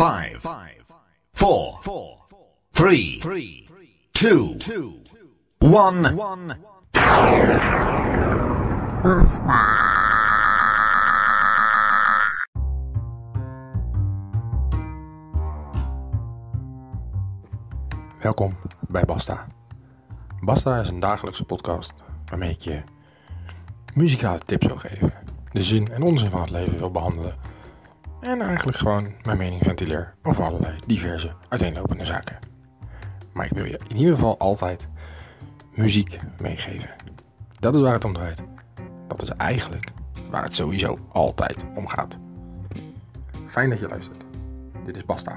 5, 4, 3, 2, 1. Welkom bij Basta. Basta is een dagelijkse podcast waarmee ik je muzikale tips wil geven, de zin en onzin van het leven wil behandelen en eigenlijk gewoon mijn mening ventileer over allerlei diverse uiteenlopende zaken. Maar ik wil je in ieder geval altijd muziek meegeven. Dat is waar het om draait. Dat is eigenlijk waar het sowieso altijd om gaat. Fijn dat je luistert. Dit is Basta.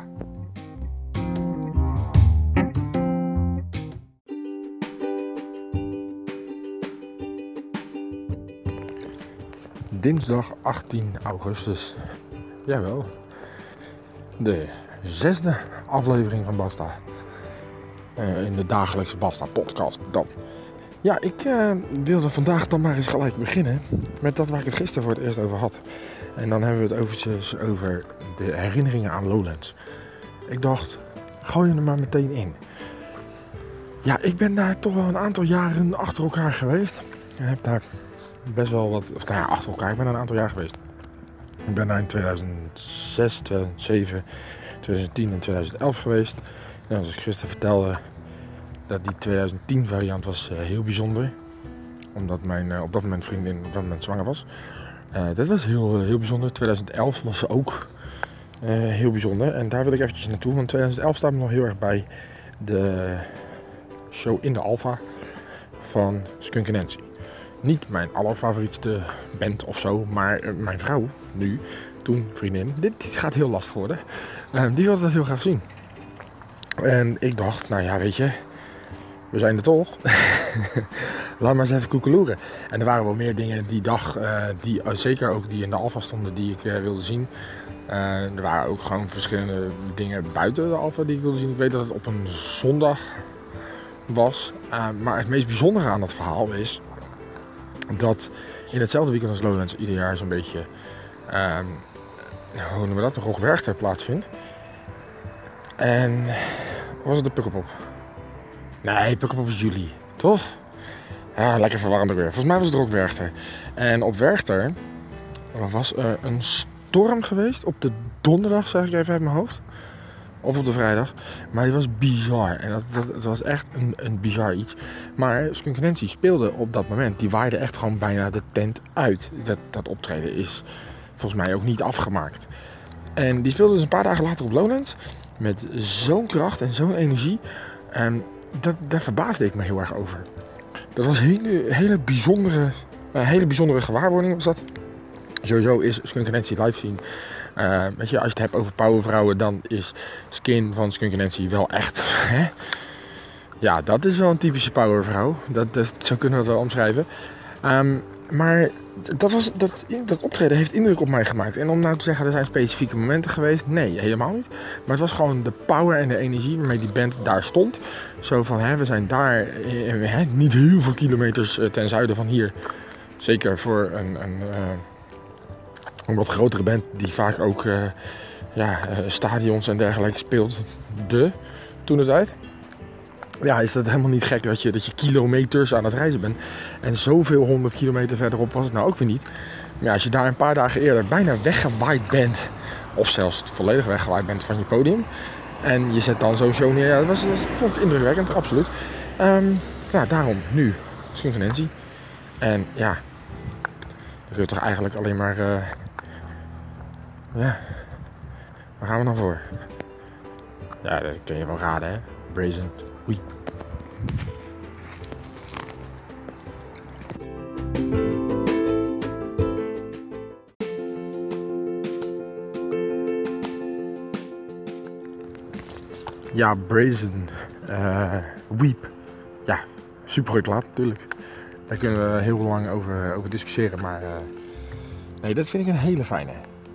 Dinsdag 18 augustus. Jawel. De 6e aflevering van Basta. In de dagelijkse Basta podcast dan. Ja, ik wilde vandaag dan maar eens gelijk beginnen met dat waar ik het gisteren voor het eerst over had. En dan hebben we het eventjes over de herinneringen aan Lowlands. Ik dacht, gooi je er maar meteen in. Ja, ik ben daar toch wel een aantal jaren achter elkaar geweest. En heb daar best wel wat, achter elkaar. Ik ben er een aantal jaar geweest. Ik ben daar in 2006, 2007, 2010 en 2011 geweest. En zoals ik gisteren vertelde, dat die 2010 variant was heel bijzonder. Omdat mijn op dat moment vriendin op dat moment zwanger was. Dat was heel bijzonder. 2011 was ook heel bijzonder. En daar wil ik eventjes naartoe. Want 2011 staat me nog heel erg bij de show in de Alfa van Skunk Anansie. Niet mijn allerfavorietste band of zo, maar mijn vrouw nu, toen vriendin, dit gaat heel lastig worden, die wilde dat heel graag zien. En ik dacht, nou ja, weet je, we zijn er toch, laat maar eens even koekeloeren. En er waren wel meer dingen die dag, die zeker ook die in de Alfa stonden, die ik wilde zien. Er waren ook gewoon verschillende dingen buiten de Alfa die ik wilde zien. Ik weet dat het op een zondag was, maar het meest bijzondere aan dat verhaal is dat in hetzelfde weekend als Lowlands ieder jaar zo'n beetje, hoe noemen we dat, de Rock Werchter plaatsvindt. En was het de Pukkelpop? Nee, Pukkelpop is juli, toch? Ja, lekker verwarrend weer. Volgens mij was het Rock Werchter. En op Werchter was er een storm geweest op de donderdag, zeg ik even uit mijn hoofd. Of op de vrijdag. Maar die was bizar. En dat was echt een bizar iets. Maar Skunk Anansie speelde op dat moment. Die waaide echt gewoon bijna de tent uit. Dat optreden is volgens mij ook niet afgemaakt. En die speelde dus een paar dagen later op Lowlands. Met zo'n kracht en zo'n energie. En daar verbaasde ik me heel erg over. Dat was een hele bijzondere gewaarwording. Was dat. Sowieso is Skunk Anansie live zien. Weet je, als je het hebt over powervrouwen, dan is Skin van Skunk Anansie wel echt. Hè? Ja, dat is wel een typische powervrouw. Zo kunnen we het wel omschrijven. Maar dat optreden heeft indruk op mij gemaakt. En om nou te zeggen, er zijn specifieke momenten geweest. Nee, helemaal niet. Maar het was gewoon de power en de energie waarmee die band daar stond. Zo van, we zijn daar niet heel veel kilometers ten zuiden van hier. Zeker voor een wat grotere band die vaak ook stadions en dergelijke speelt. Toen de tijd. Ja, is dat helemaal niet gek dat je kilometers aan het reizen bent. En zoveel 100 kilometer verderop was het nou ook weer niet. Maar ja, als je daar een paar dagen eerder bijna weggewaaid bent. Of zelfs volledig weggewaaid bent van je podium. En je zet dan zo'n show neer. Ja, dat vond ik indrukwekkend, absoluut. Daarom nu Skunk Anansie. En ja, dan kun je toch eigenlijk alleen maar. Waar gaan we dan voor? Ja, dat kun je wel raden, hè? Brazen Weep. Ja, Brazen Weep. Ja, super goed laat natuurlijk. Daar kunnen we heel lang over discussiëren, maar nee, dat vind ik een hele fijne.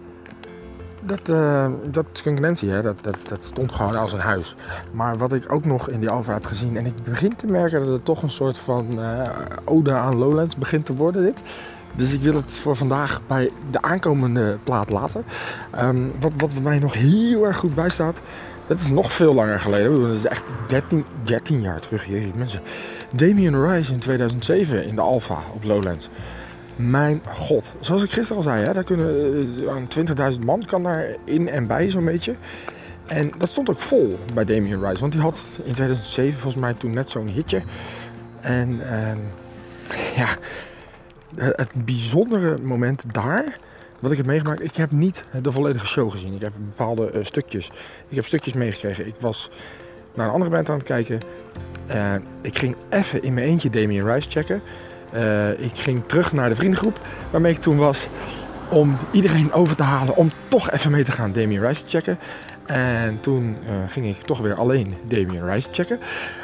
Dat Skunk Anansie, dat stond gewoon als een huis. Maar wat ik ook nog in die Alfa heb gezien, en ik begin te merken dat het toch een soort van ode aan Lowlands begint te worden dit. Dus ik wil het voor vandaag bij de aankomende plaat laten. Wat bij mij nog heel erg goed bijstaat. Dat is nog veel langer geleden. Dat is echt 13 jaar terug. Jezus mensen. Damien Rice in 2007 in de Alpha op Lowlands. Mijn god. Zoals ik gisteren al zei. Hè, daar kunnen 20.000 man kan daar in en bij zo'n beetje. En dat stond ook vol bij Damien Rice. Want die had in 2007 volgens mij toen net zo'n hitje. En ja... Het bijzondere moment daar, wat ik heb meegemaakt, ik heb niet de volledige show gezien. Ik heb bepaalde stukjes. Ik heb stukjes meegekregen. Ik was naar een andere band aan het kijken. Ik ging even in mijn eentje Damien Rice checken. Ik ging terug naar de vriendengroep waarmee ik toen was. Om iedereen over te halen om toch even mee te gaan Damien Rice checken. En toen ging ik toch weer alleen Damien Rice checken.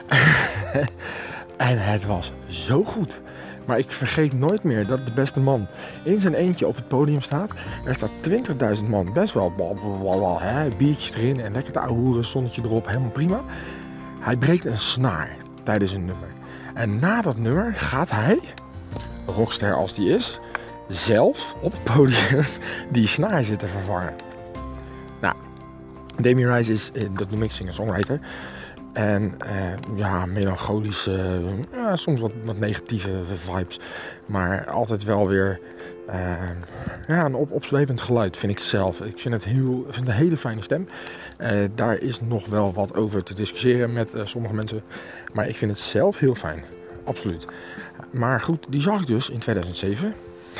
En het was zo goed. Maar ik vergeet nooit meer dat de beste man in zijn eentje op het podium staat. Er staat 20.000 man, best wel biertjes erin en lekker te ouwehoeren, zonnetje erop, helemaal prima. Hij breekt een snaar tijdens een nummer. En na dat nummer gaat hij, rockster als die is, zelf op het podium die snaar zitten vervangen. Nou, Damien Rice is, dat noem ik singer-songwriter. En melancholische, soms wat negatieve vibes. Maar altijd wel weer een opzwepend geluid vind ik zelf. Ik vind het een hele fijne stem. Daar is nog wel wat over te discussiëren met sommige mensen. Maar ik vind het zelf heel fijn. Absoluut. Maar goed, die zag ik dus in 2007.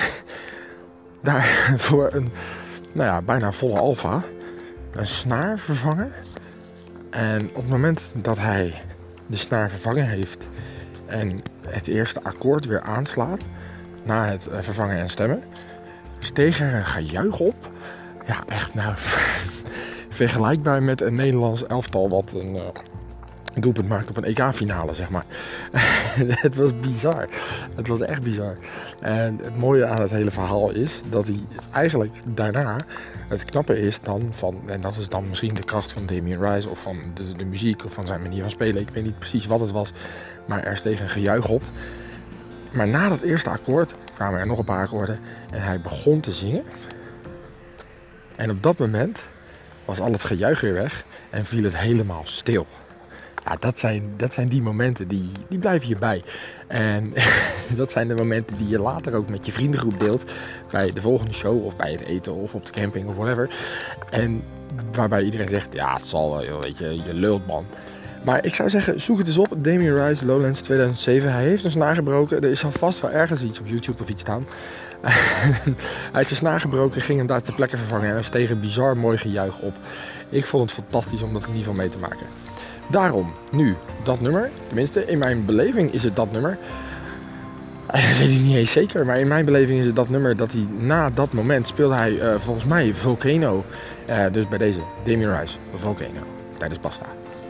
Daar voor een bijna volle Alpha een snaar vervangen. En op het moment dat hij de snaar vervangen heeft en het eerste akkoord weer aanslaat, na het vervangen en stemmen, steeg er een gejuich op. Ja, echt vergelijkbaar met een Nederlands elftal wat een doelpunt maakt op een EK-finale, zeg maar. Het was bizar. Het was echt bizar. En het mooie aan het hele verhaal is dat hij eigenlijk daarna, het knappe is dan van, en dat is dan misschien de kracht van Damien Rice of van de muziek of van zijn manier van spelen. Ik weet niet precies wat het was, maar er steeg een gejuich op. Maar na dat eerste akkoord kwamen er nog een paar akkoorden en hij begon te zingen. En op dat moment was al het gejuich weer weg en viel het helemaal stil. Ja, dat zijn die momenten die blijven je bij. En dat zijn de momenten die je later ook met je vriendengroep deelt. Bij de volgende show of bij het eten of op de camping of whatever. En waarbij iedereen zegt, ja het zal wel, weet je lult man. Maar ik zou zeggen, zoek het eens op. Damien Rice, Lowlands 2007. Hij heeft een snaar gebroken. Er is alvast wel ergens iets op YouTube of iets staan. Hij heeft een snaar gebroken, ging hem daar ter plekke vervangen. En er steeg een bizar mooi gejuich op. Ik vond het fantastisch om dat in ieder geval mee te maken. Daarom nu dat nummer. Tenminste, in mijn beleving is het dat nummer. Dat weet ik niet eens zeker. Maar in mijn beleving is het dat nummer dat hij na dat moment speelde hij volgens mij Volcano. Dus bij deze Damien Rice, Volcano. Tijdens Basta.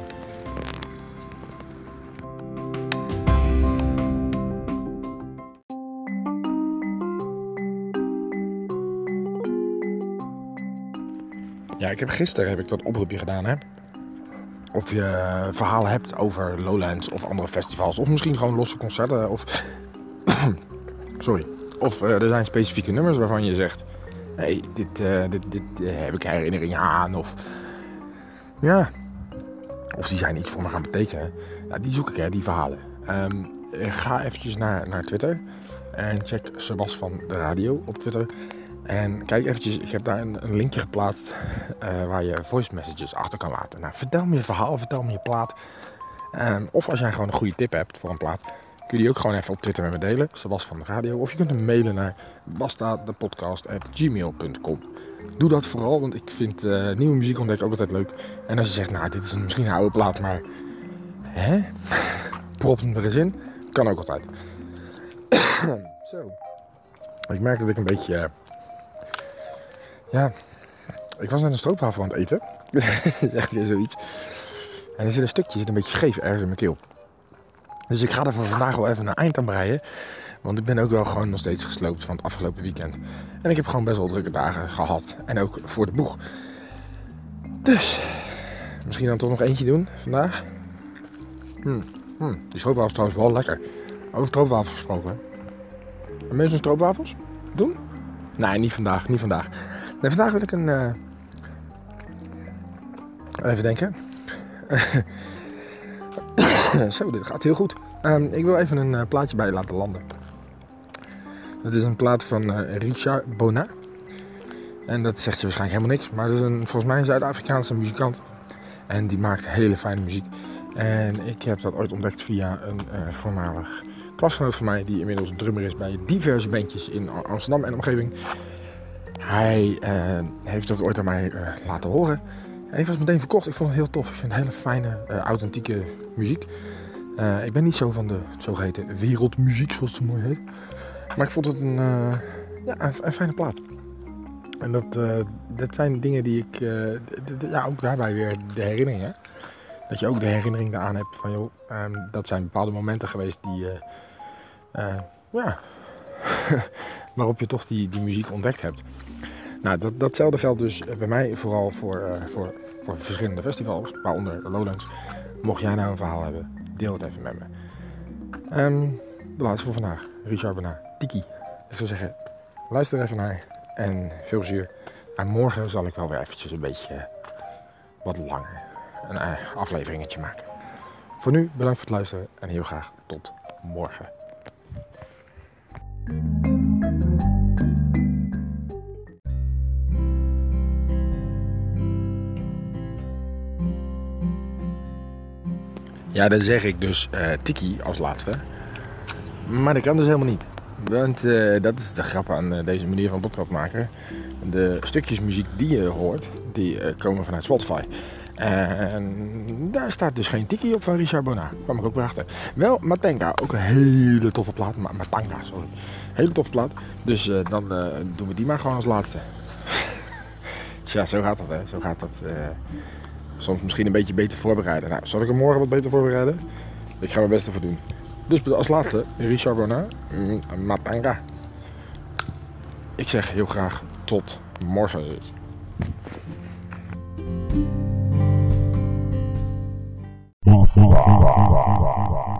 Ja, gisteren heb ik dat oproepje gedaan, hè. Of je verhalen hebt over Lowlands of andere festivals. Of misschien gewoon losse concerten. Of sorry. Of er zijn specifieke nummers waarvan je zegt, hey, dit heb ik herinneringen aan. Of ja. Of die zijn iets voor me gaan betekenen. Nou, die zoek ik, hè, die verhalen. Ga eventjes naar Twitter. En check Sebas van de Radio op Twitter. En kijk eventjes, ik heb daar een linkje geplaatst waar je voice messages achter kan laten. Nou, vertel me je verhaal, vertel me je plaat. Of als jij gewoon een goede tip hebt voor een plaat, kun je die ook gewoon even op Twitter met me delen. Sebas van de Radio. Of je kunt hem mailen naar bastadepodcast@gmail.com. Doe dat vooral, want ik vind nieuwe muziek ontdekken ook altijd leuk. En als je zegt, nou dit is misschien een oude plaat, maar prop hem er eens in. Kan ook altijd. Zo. Ik merk dat ik een beetje... ik was net een stroopwafel aan het eten. Dat is echt weer zoiets. En er zit een stukje, een beetje scheef ergens in mijn keel. Dus ik ga er voor vandaag wel even een eind aan breien. Want ik ben ook wel gewoon nog steeds gesloopt van het afgelopen weekend. En ik heb gewoon best wel drukke dagen gehad. En ook voor de boeg. Dus, misschien dan toch nog eentje doen vandaag. Die stroopwafels is trouwens wel lekker. Over stroopwafels gesproken. Hebben mensen stroopwafels? doen? Nee, niet vandaag. Nee, vandaag wil ik een... Even denken. Zo, dit gaat heel goed. Ik wil even een plaatje bij je laten landen. Het is een plaat van Richard Bona. En dat zegt je waarschijnlijk helemaal niks. Maar het is volgens mij een Zuid-Afrikaanse muzikant. En die maakt hele fijne muziek. En ik heb dat ooit ontdekt via een voormalig klasgenoot van mij. Die inmiddels drummer is bij diverse bandjes in Amsterdam en omgeving. Hij heeft dat ooit aan mij laten horen. En ik was meteen verkocht. Ik vond het heel tof. Ik vind hele fijne, authentieke muziek. Ik ben niet zo van de zogeheten wereldmuziek, zoals het zo mooi heet. Maar ik vond het een fijne plaat. En dat zijn dingen die ik... ook daarbij weer de herinnering, hè. Dat je ook de herinnering daaraan hebt van... joh, dat zijn bepaalde momenten geweest die... waarop je toch die muziek ontdekt hebt. Nou, datzelfde geldt dus bij mij vooral voor verschillende festivals, waaronder Lowlands. Mocht jij nou een verhaal hebben, deel het even met me. De laatste voor vandaag, Richard Bona, Tiki. Ik zou zeggen, luister er even naar en veel plezier. En morgen zal ik wel weer eventjes een beetje wat langer een afleveringetje maken. Voor nu, bedankt voor het luisteren en heel graag tot morgen. Ja, dan zeg ik dus Tiki als laatste. Maar dat kan dus helemaal niet. Want dat is de grap aan deze manier van podcast maken. De stukjes muziek die je hoort, die komen vanuit Spotify. En daar staat dus geen Tiki op van Richard Bona. Daar kwam ik ook weer achter. Wel Matenga, ook een hele toffe plaat. Matanga, sorry. Hele toffe plaat. Dus dan doen we die maar gewoon als laatste. Tja, zo gaat dat, hè. Zo gaat dat. Soms misschien een beetje beter voorbereiden. Nou, zal ik hem morgen wat beter voorbereiden? Ik ga mijn best ervoor doen. Dus als laatste, Richard Bona, Matanga. Ik zeg heel graag tot morgen.